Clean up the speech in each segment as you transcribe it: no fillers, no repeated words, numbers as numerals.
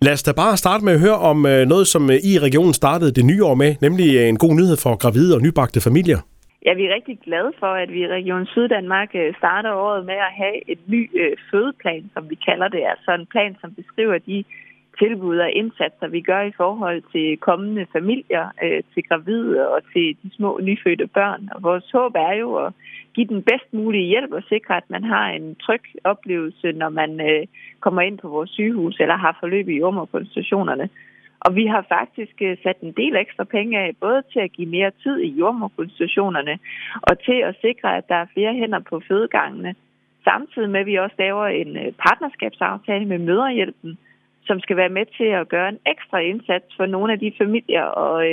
Lad os da bare starte med at høre om noget, som I i regionen startede det nye år med, nemlig en god nyhed for gravide og nybagte familier. Ja, vi er rigtig glade for, at vi i Region Syddanmark starter året med at have en ny fødeplan, som vi kalder det. Altså en plan, som beskriver de tilbud og indsatser, vi gør i forhold til kommende familier, til gravide og til de små nyfødte børn. Og vores håb er jo at give den bedst mulige hjælp og sikre, at man har en tryg oplevelse, når man kommer ind på vores sygehus eller har forløb i jordemoderkonsultationerne. Og vi har faktisk sat en del ekstra penge af, både til at give mere tid i jordemoderkonsultationerne og til at sikre, at der er flere hænder på fødegangene. Samtidig med, at vi også laver en partnerskabsaftale med Mødrehjælpen, som skal være med til at gøre en ekstra indsats for nogle af de familier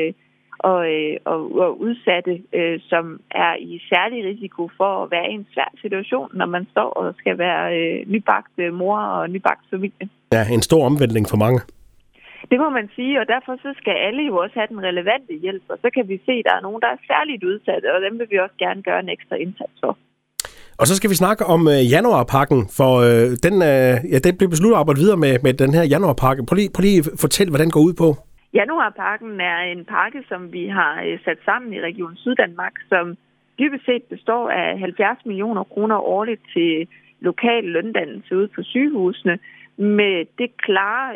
og udsatte, som er i særlig risiko for at være i en svær situation, når man står og skal være nybagt mor og nybagt familie. Ja, en stor omvæltning for mange. Det må man sige, og derfor så skal alle jo også have den relevante hjælp, og så kan vi se, at der er nogen, der er særligt udsatte, og dem vil vi også gerne gøre en ekstra indsats for. Og så skal vi snakke om januarpakken, for den blev besluttet at arbejde videre med den her januarpakke. Prøv lige at fortælle, hvad den går ud på. Januarpakken er en pakke, som vi har sat sammen i Region Syddanmark, som dybest set består af 70 millioner kroner årligt til lokal løndannelse ude på sygehusene, med det klare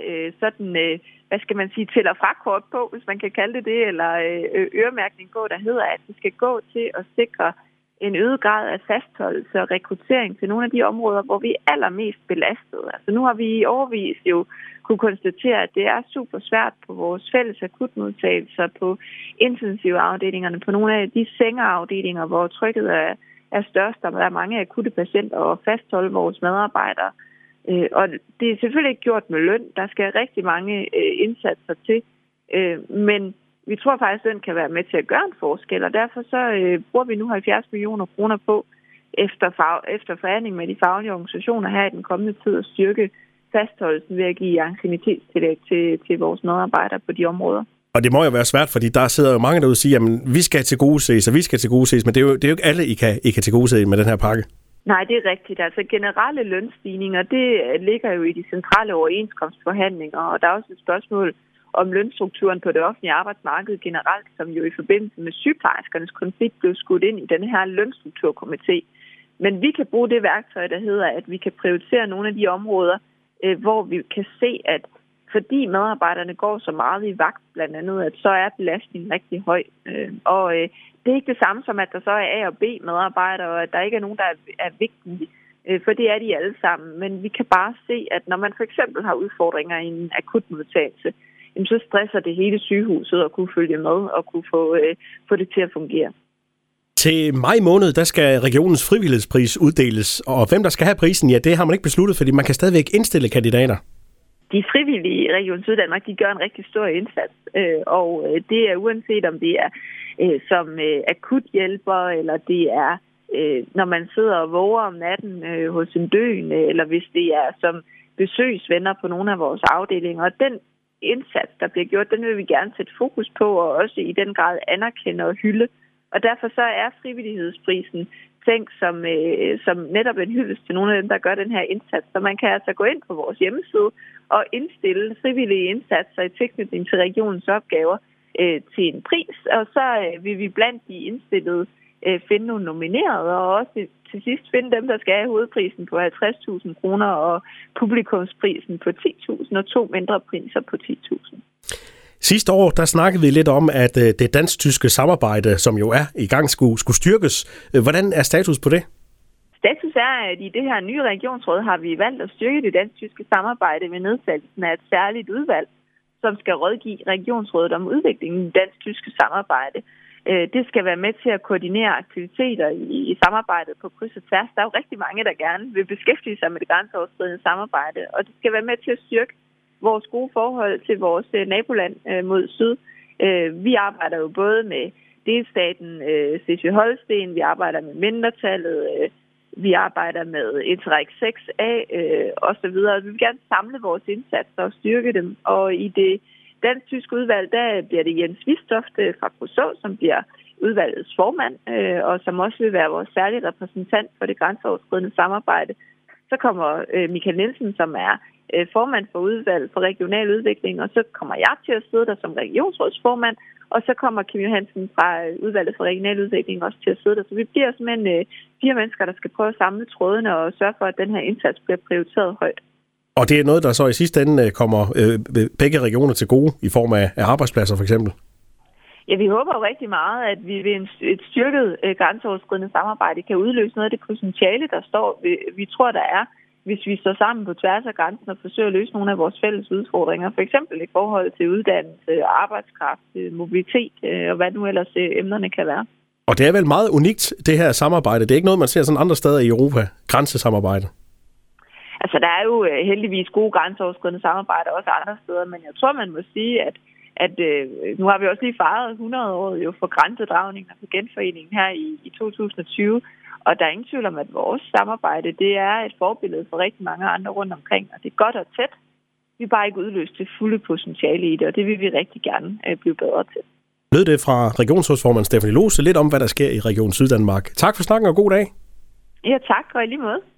til- og frakort på, hvis man kan kalde det, eller øremærkning på, der hedder, at det skal gå til at sikre en øget grad af fastholdelse og rekruttering til nogle af de områder, hvor vi er allermest belastet. Altså nu har vi i årevis jo kunne konstatere, at det er super svært på vores fælles akutmodtagelser, på intensivafdelingerne, på nogle af de sengeafdelinger, hvor trykket er størst, og der er mange akutte patienter, og fastholde vores medarbejdere. Og det er selvfølgelig ikke gjort med løn. Der skal rigtig mange indsatser til. Men vi tror faktisk, at den kan være med til at gøre en forskel. Og derfor så bruger vi nu 70 millioner kroner på, efter forhandling med de faglige organisationer her i den kommende tid, at styrke fastholdelsen ved at give anciennitetstillæg til vores medarbejdere på de områder. Og det må jo være svært, fordi der sidder jo mange derude og siger, at vi skal tilgodeses, og vi skal tilgodeses, men det er jo ikke alle, I kan tilgodese med den her pakke. Nej, det er rigtigt. Altså generelle lønstigninger, det ligger jo i de centrale overenskomstforhandlinger, og der er også et spørgsmål om lønstrukturen på det offentlige arbejdsmarked generelt, som jo i forbindelse med sygeplejerskernes konflikt blev skudt ind i den her lønstrukturkomité. Men vi kan bruge det værktøj, der hedder, at vi kan prioritere nogle af de områder, hvor vi kan se, at fordi medarbejderne går så meget i vagt, blandt andet, at så er belastningen rigtig høj. Og det er ikke det samme som, at der så er A- og B-medarbejdere, og at der ikke er nogen, der er vigtige, for det er de alle sammen. Men vi kan bare se, at når man for eksempel har udfordringer i en akutmodtagelse, så stresser det hele sygehuset at kunne følge med og kunne få det til at fungere. Til maj måned, der skal regionens frivillighedspris uddeles, og hvem der skal have prisen, ja, det har man ikke besluttet, fordi man kan stadigvæk indstille kandidater. De frivillige i Region Syddanmark, de gør en rigtig stor indsats, og det er uanset om det er som akuthjælper, eller det er, når man sidder og våger om natten hos en døende, eller hvis det er som besøgsvenner på nogle af vores afdelinger. Og den indsats, der bliver gjort, den vil vi gerne sætte fokus på, og også i den grad anerkende og hylde. Og derfor så er frivillighedsprisen tænkt som netop en hyldest til nogle af dem, der gør den her indsats. Så man kan altså gå ind på vores hjemmeside og indstille frivillige indsatser i tilknytning til regionens opgaver til en pris. Og så vil vi blandt de indstillede finde nogle nominerede, og også til sidst finde dem, der skal have hovedprisen på 50.000 kroner og publikumsprisen på 10.000 og 2 mindre priser på 10.000. Sidste år, der snakkede vi lidt om, at det dansk-tyske samarbejde, som jo er i gang, skulle styrkes. Hvordan er status på det? Status er, at i det her nye regionsråd har vi valgt at styrke det dansk-tyske samarbejde ved nedsættelsen af et særligt udvalg, som skal rådgive regionsrådet om udviklingen i det dansk-tyske samarbejde. Det skal være med til at koordinere aktiviteter i samarbejdet på kryds og tværs. Der er jo rigtig mange, der gerne vil beskæftige sig med det grænseoverskridende samarbejde, og det skal være med til at styrke vores gode forhold til vores naboland mod syd. Vi arbejder jo både med delstaten Slesvig-Holsten, vi arbejder med mindretallet, vi arbejder med Interreg 6A osv. Vi vil gerne samle vores indsatser og styrke dem, og i det dansk-tyske udvalg, der bliver det Jens Vistoft fra Kruså, som bliver udvalgets formand, og som også vil være vores særlige repræsentant for det grænseoverskridende samarbejde. Så kommer Michael Nielsen, som er formand for udvalget for regional udvikling, og så kommer jeg til at sidde der som regionsrådsformand, og så kommer Kim Johansen fra udvalget for regional udvikling også til at sidde der. Så vi bliver simpelthen 4 mennesker, der skal prøve at samle trådene og sørge for, at den her indsats bliver prioriteret højt. Og det er noget, der så i sidste ende kommer begge regioner til gode i form af arbejdspladser for eksempel? Ja, vi håber jo rigtig meget, at vi ved et styrket grænseoverskridende samarbejde kan udløse noget af det potentiale, der står. Vi tror, der er, hvis vi står sammen på tværs af grænsen og forsøger at løse nogle af vores fælles udfordringer. For eksempel i forhold til uddannelse, arbejdskraft, mobilitet og hvad nu ellers emnerne kan være. Og det er vel meget unikt, det her samarbejde. Det er ikke noget, man ser sådan andre steder i Europa, grænsesamarbejde. Altså, der er jo heldigvis gode grænseoverskridende samarbejder også andre steder, men jeg tror, man må sige, at nu har vi også lige fejret 100-året jo for grænsedragningen og for genforeningen her i 2020, og der er ingen tvivl om, at vores samarbejde, det er et forbillede for rigtig mange andre rundt omkring, og det er godt og tæt. Vi er bare ikke udløst det fulde potentiale i det, og det vil vi rigtig gerne blive bedre til. Lød det fra regionsrådsformand Stephanie Lohse lidt om, hvad der sker i Region Syddanmark. Tak for snakken og god dag. Ja, tak, og i lige måde.